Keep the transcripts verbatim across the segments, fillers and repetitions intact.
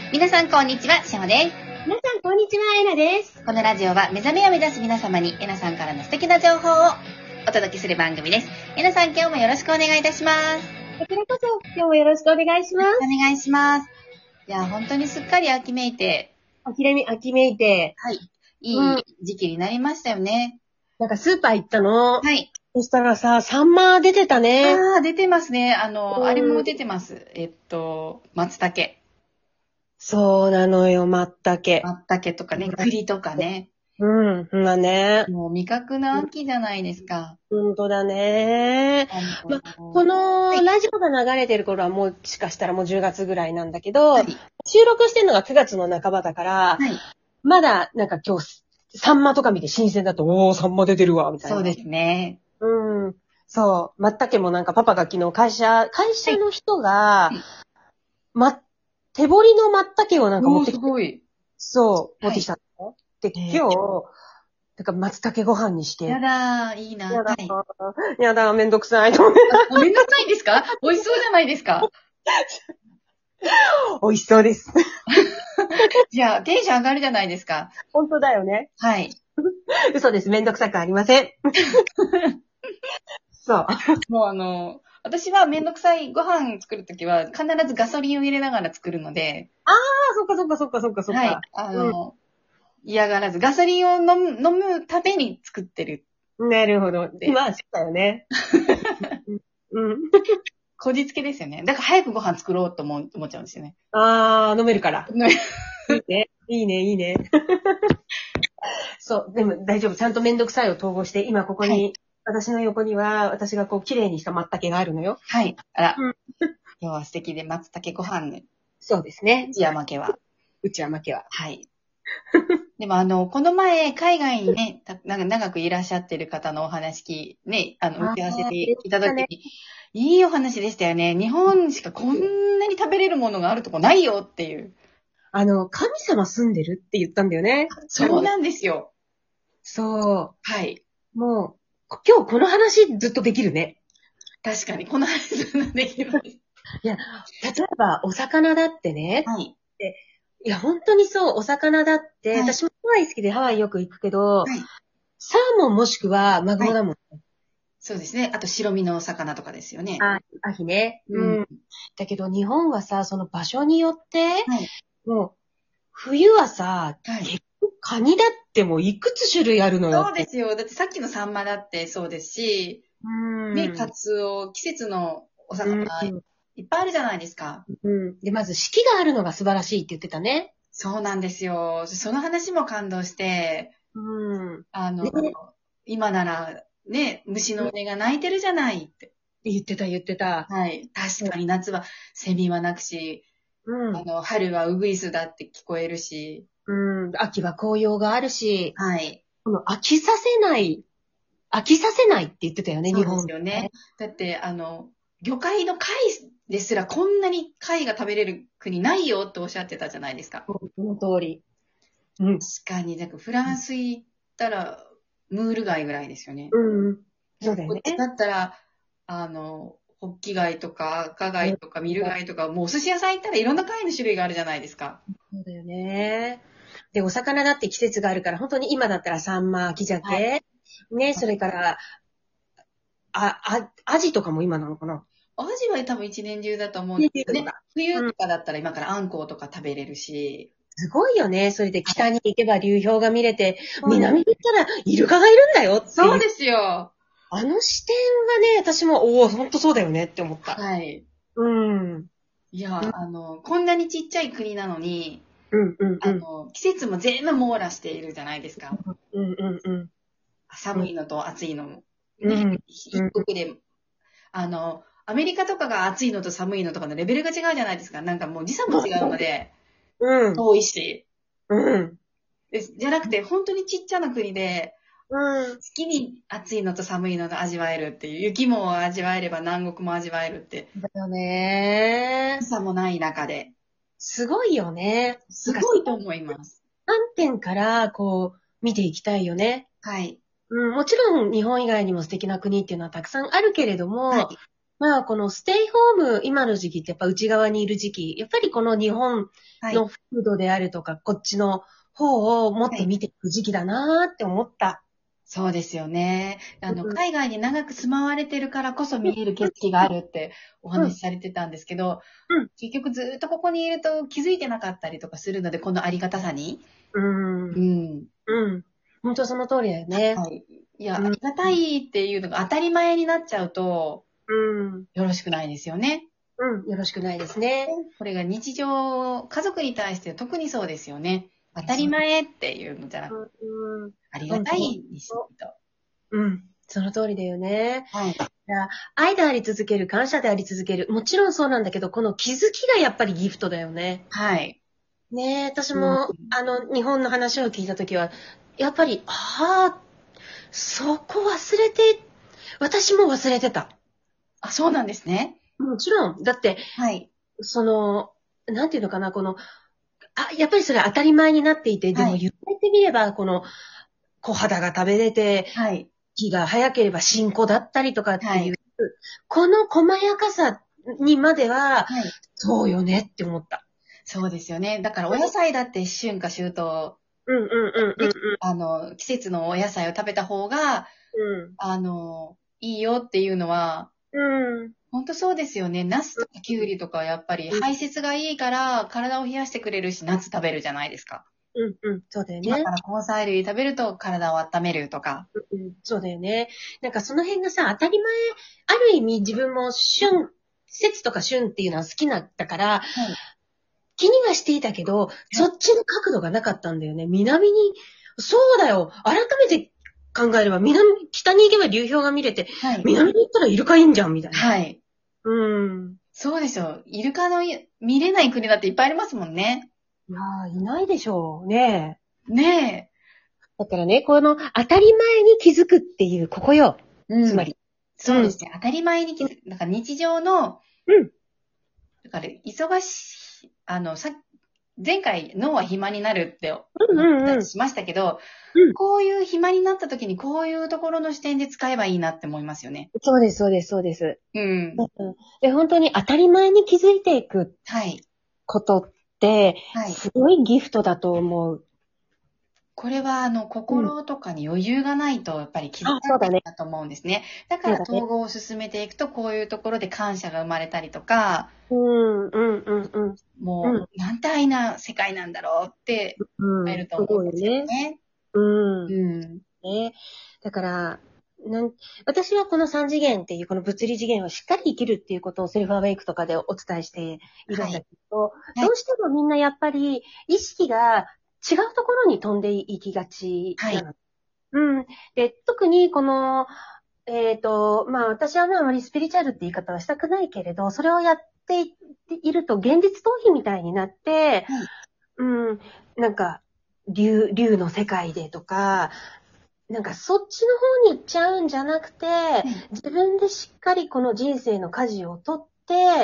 皆さんこんにちは、しほです。 皆さんこんにちは、えなです。 このラジオは目覚めを目指す皆様にえなさんからの素敵な情報をお届けする番組です。えなさん、今日もよろしくお願いいたします。 こちらこそ今日もよろしくお願いします。 お願いします。いや、本当にすっかり秋めいて、 秋めみ、秋めいて、 はい、いい時期になりましたよね。 なんかスーパー行ったの。 はい。 そしたらさ、サンマ出てたね。 ああ、出てますね。あの、 うんあれも出てます。えっと、松茸。 そうなのよ、まったけ。 松茸とかね、栗とかね。 うん、まあね。 もう味覚の秋じゃないですか。 ほんとだね。 あのま、このラジオが流れてる頃はもうしかしたらもうじゅうがつぐらいなんだけど、 はい、 収録してるのがくがつの半ばだから、 はい、 まだなんか今日、サンマとか見て新鮮だと、おー、サンマ出てるわ、みたいな。 そうですね。 うん。そう。まったけもなんかパパが昨日会社、会社の人が、 はいま、手彫りのまったけをなんか持ってきて。 すごい。 そう、 はい持ってきたの。で、 えー今日、なんか松茸ご飯にして。 やだー、いいな。 やだ、 はやだ、めんどくさいと思って。 い。めんどくさいんですか？美味しそうじゃないですか？ 美味しそうです。 じゃあ、テンション上がるじゃないですか。 本当だよね。 はい。 嘘です。めんどくさくありません。そう。 もうあの、私はめんどくさいご飯作るときは必ずガソリンを入れながら作るので、 あ、そっかそっかそっかそっかそっか。 はい。あの、嫌がらず、ガソリンを飲む、飲むために作ってる。 なるほど。まあ、そうだよね。うん。 こじつけですよね。だから早くご飯作ろうと思う思っちゃうんですよね。 あー、飲めるから。 ねいいね。いいね、いいね。そう。でも大丈夫。ちゃんとめんどくさいを統合して、今ここに、 はい私の横には、私がこう、綺麗にした松茸があるのよ。 はい。あら、 うん今日は素敵で松茸ご飯ね。 そうですね。 内山家は。 うちは負けは。 はい。でもあの、この前、海外にね、たなんか長くいらっしゃってる方のお話き、ね、あの、 あー受け合わせていただきねに、いいお話でしたよね。日本しかこんなに食べれるものがあるとこないよっていう。 あの、神様住んでるって言ったんだよね。 そうなんですよ。 そはい。 う。もう、今日この話ずっとできるね。 確かに、この話そんなできるんです。 いや、例えば、お魚だってね。 はい。 いや、本当にそう、お魚だって、 はい私もハワイ好きでハワイよく行くけど、 はい。 サーモンもしくはマグロだもん。 そうですね。あと、白身のお魚とかですよね。 あ、アヒね。 ううんん。だけど日本はさ、その場所によって、 はい。 もう、冬はさ、 はい。 結構カニだってもういくつ種類あるのよって。 そうですよ。だってさっきのサンマだってそうですし、 うん。 ね、カツオ、季節のお魚、 うんいっぱいあるじゃないですか。 うん。で、まず四季があるのが素晴らしいって言ってたね。 そうなんですよ。その話も感動して、 うん。 あの、 ね今なら、ね、虫の音が鳴いてるじゃないって。 言ってた言ってた。 はい。確かに夏はセミは鳴くし、 うん。 あの、春はウグイスだって聞こえるし、 うん。秋は紅葉があるし、 はい。 この飽きさせない、飽きさせないって言ってたよね、 そうで日本すよね。だって、あの、魚介の貝ですらこんなに貝が食べれる国ないよっておっしゃってたじゃないですか。 その通り。うん。 確かに、なんかフランス行ったら、ムール貝ぐらいですよね。 うん。そうだよね。 こっちだったら、あの、ホッキ貝とか赤貝とかミル貝とか、もうお寿司屋さん行ったらいろんな貝の種類があるじゃないですか。 そうだよね。で、お魚だって季節があるから、本当に今だったらサンマ、キジャケ、 はね、それから、あ、あ、アジとかも今なのかな。 アジは多分一年中だと思うんですよね。 ね冬とかだったら今からアンコウとか食べれるし。 すごいよね。それで北に行けば流氷が見れて、 そう南に行ったらイルカがいるんだよっていう。 そうですよ。 あの視点がね、私も、おお、本当そうだよねって思った。 はい。 うん。 いや、あの、こんなにちっちゃい国なのに、 うんうんうん。 あの、季節も全部網羅しているじゃないですか。 うんうんうん。 寒いのと暑いのも。 うんね、一国で、あの、アメリカとかが暑いのと寒いのとかのレベルが違うじゃないですか。なんかもう時差も違うので、 うん。 遠いし。 うん。 でじゃなくて、本当にちっちゃな国で、 うん。 好きに暑いのと寒いのと味わえるっていう、雪も味わえれば南国も味わえるって、 だよね。 時差もない中で、 すごいよね。 すごいと思います。 観点から、こう、見ていきたいよね。 はい。 うん、もちろん日本以外にも素敵な国っていうのはたくさんあるけれども、 はい。 まあ、このステイホーム、今の時期ってやっぱ内側にいる時期、やっぱりこの日本はい。 の風土であるとか、こっちの方をもっと見ていく時期だなーって思った。 そうですよね。あの、 うん海外に長く住まわれてるからこそ見える景色があるっておうん話しされてたんですけど、 うん結局ずっとここにいると気づいてなかったりとかするので、このありがたさに。 うん。 うん。 うん。本当その通りだよね。 はい。いや、 うんありがたいっていうのが当たり前になっちゃうと、 うん。 よろしくないですよね。 うん。よろしくないですね。 これが日常、家族に対して特にそうですよね。当たり前っていうのじゃなくて、 うん。うん。 ありがたいにしないと。 うん。その通りだよね。 はい。 いや愛であり続ける、感謝であり続ける。もちろんそうなんだけど、この気づきがやっぱりギフトだよね。 はい。 ねえ、私も、あの、日本の話を聞いたときは、やっぱり、ああ、そこ忘れて、私も忘れてた。 あ、そうなんですね。 もちろん。だって、 はい。 その、なんていうのかな、この、あ、やっぱりそれ当たり前になっていて、でもはい言われてみれば、この、小肌が食べれて、 はい。 気が早ければ進行だったりとかっていう、 はいこの細やかさにまでは、 はい。 そうよねって思った。 そうですよね。だからお野菜だって春夏秋冬、 うんうんうんうんあの、季節のお野菜を食べた方が、 うん。 あの、いいよっていうのは、 うん。うん。 本当そうですよね。ナスとかキュウリとかはやっぱり排泄がいいから体を冷やしてくれるし、夏食べるじゃないですか。 うんうん。そうだよね今か。ら根菜類食べると体を温めるとか。 うん、そうだよね。なんかその辺がさ、当たり前、ある意味自分も旬、季節とか旬っていうのは好きなんだから、 はい。 気にはしていたけど、そっちの角度がなかったんだよね。南に、そうだよ。改めて考えれば、南、北に行けば流氷が見れて、 はい。 南に行ったらイルカいいんじゃん、みたいな。 はい。 うん。 そうですよ。イルカの見れない国だっていっぱいありますもんね。 いやー、いないでしょうね。 ねだからね、この当たり前に気づくっていう、ここよ。 え。うん。 つまり。 そうですね。当たり前に気づく。なんか日常の、 うん。 だから忙しい、あの、さ前回脳は暇になるってうんうんうん。 しましたけど、 うんこういう暇になった時にこういうところの視点で使えばいいなって思いますよね。 そうです、そうです、そうです。 うん。 うんで、本当に当たり前に気づいていくはい。 ことって、 はい。 すごいギフトだと思う。 これは、あの、心とかに余裕がないと、やっぱり気づかあ、そうだね。 ないだと思うんですね。だから、 そうだね統合を進めていくと、こういうところで感謝が生まれたりとか、 うん、うん、うん、うん。 もう、なんて愛な世界なんだろうってうん。 思えると思うんですよね。 うん。 うん。 ね。だから、なん私はこの三次元っていうこの物理次元をしっかり生きるっていうことをセルフアウェイクとかでお伝えしているんだけど、 いどうしてもみんなやっぱり意識が違うところに飛んでいきがちなの。うん。で、特にこの、えっと、まあ私はまああまりスピリチュアルって言い方はしたくないけれど、それをやっていると現実逃避みたいになって、うん、なんか、竜、竜の世界でとか、なんかそっちの方に行っちゃうんじゃなくて、自分でしっかりこの人生の舵を取って、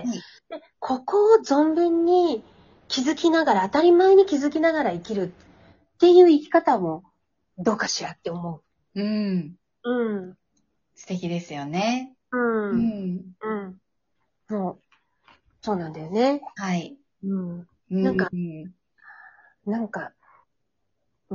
でここを存分に気づきながら、当たり前に気づきながら生きるっていう生き方もどうかしらって思うん。 う。うん。 素敵ですよね。 う。 うんん。 うん。そう。そうなんだよね。 はい。 うん。 うんなんか、なんか、うん。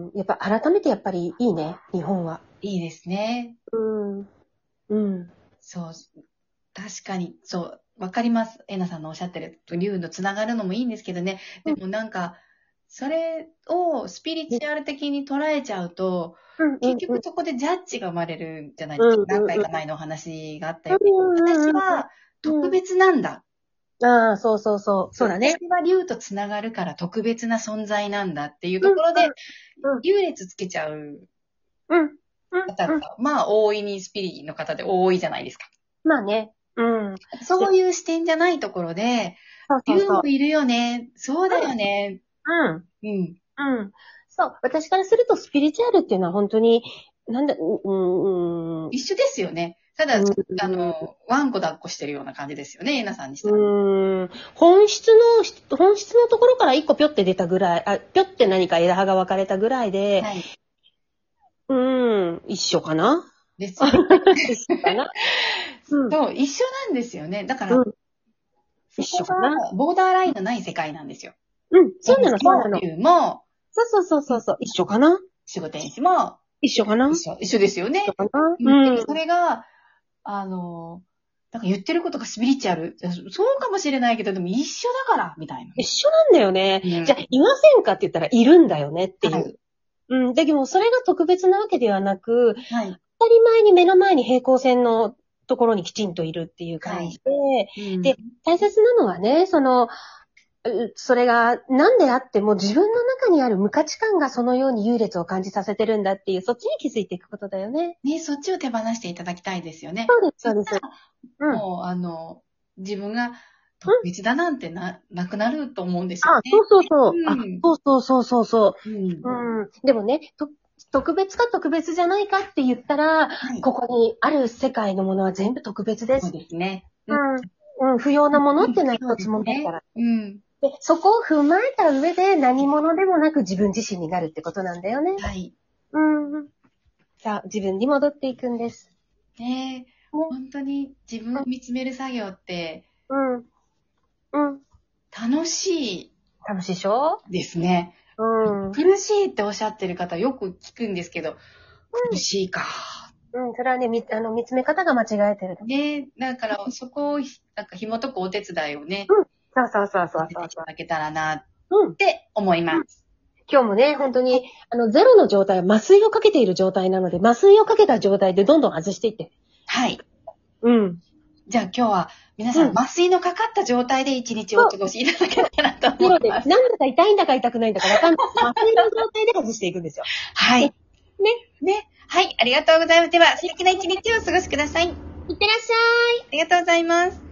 やっぱ改めてやっぱりいいね、日本は。 いいですね。 うん。うん。 そう。確かに、そう。わかります。えなさんのおっしゃってると、竜のつながるのもいいんですけどね。でもなんか、それをスピリチュアル的に捉えちゃうと、 うん。 結局そこでジャッジが生まれるじゃないですか。 うん何回か前のお話があったように。私は特別なんだ。 ああ、そうそうそう。そうだね。 私は竜とつながるから特別な存在なんだっていうところで、優劣つけちゃううん。 方が、まあ、大いにスピリの方で多いじゃないですか。 まあね。うん。 そういう視点じゃないところで、 そうそうそう竜も。いるよね。そうだよね。 うん。 うん。 うん。そう。私からするとスピリチュアルっていうのは本当に、なんだ、うん、うん。 一緒ですよね。ただ、 うんあの、ワンコ抱っこしてるような感じですよね、えなさんにしたら。 うん。本質の、本質のところから一個ぴょって出たぐらい、あ、ぴょって何か枝葉が分かれたぐらいで、 はい。 うん、一緒かなですよね。 一緒かなうん。 そう、一緒なんですよね。だから、 うん。一緒かな。 そこがボーダーラインのない世界なんですよ。 うん。そうなの、そうなの。 龍も、 そうそうそうそうそう。一緒かな。 守護天使も、 一緒かな。 一緒、一緒ですよね。 一緒かな。 うんうん。 それが、あの、なんか言ってることがスピリチュアル。そうかもしれないけど、でも一緒だから、みたいな。 一緒なんだよね。 うんじゃあ、いませんかって言ったらいるんだよねっていう。 はいうん。だけど、それが特別なわけではなく、 はい。 当たり前に目の前に平行線のところにきちんといるっていう感じで、 うんで、大切なのはね、その、うそれが何であっても自分の中にある無価値観がそのように優劣を感じさせてるんだっていう、そっちに気づいていくことだよね。 ね、そっちを手放していただきたいですよね。 そうです、そうです。 そしたうん。 らもう、あの、自分が特別だなんてな、なくなると思うんですよあ、 ね。 そうそうそう。 うんあ、そうそうそうそうそう。 うん。 うん。でもね、と特別か特別じゃないかって言ったら、 はい。 ここにある世界のものは全部特別でそうす。 ですね。 うん。うん。不要なものってのは一つもないから。 うん。 で、そこを踏まえた上で何者でもなく自分自身になるってことなんだよね。 はい。 うん。さあ、自分に戻っていくんです。 ねえ、本当に自分を見つめる作業ってうん。うん。 楽し楽しいでしょ？ いですね。 うん。うん。 苦しいっておっしゃってる方よく聞くんですけど、苦しいか。 それはね、み、あの、見つめ方が間違えてる。 ねえ、だからそこをひなんか紐解くお手伝いをね、 そうそうそうそうさせていそう。 ただけたらなっうん。 て思います。 今日もね、本当に、あの、ゼロの状態は麻酔をかけている状態なので、麻酔をかけた状態でどんどん外していって。 はい。 うん。 じゃあ今日は皆さん、 うん麻酔のかかった状態で一日お過ごしいただけたらとゼロで、 思います。 なんだか痛いんだか痛くないんだかわかんない。麻酔の状態で外していくんですよ。 はい。 ね。 ね。はい、ありがとうございます。では、素敵な一日をお過ごしください。 いってらっしゃい。 ありがとうございます。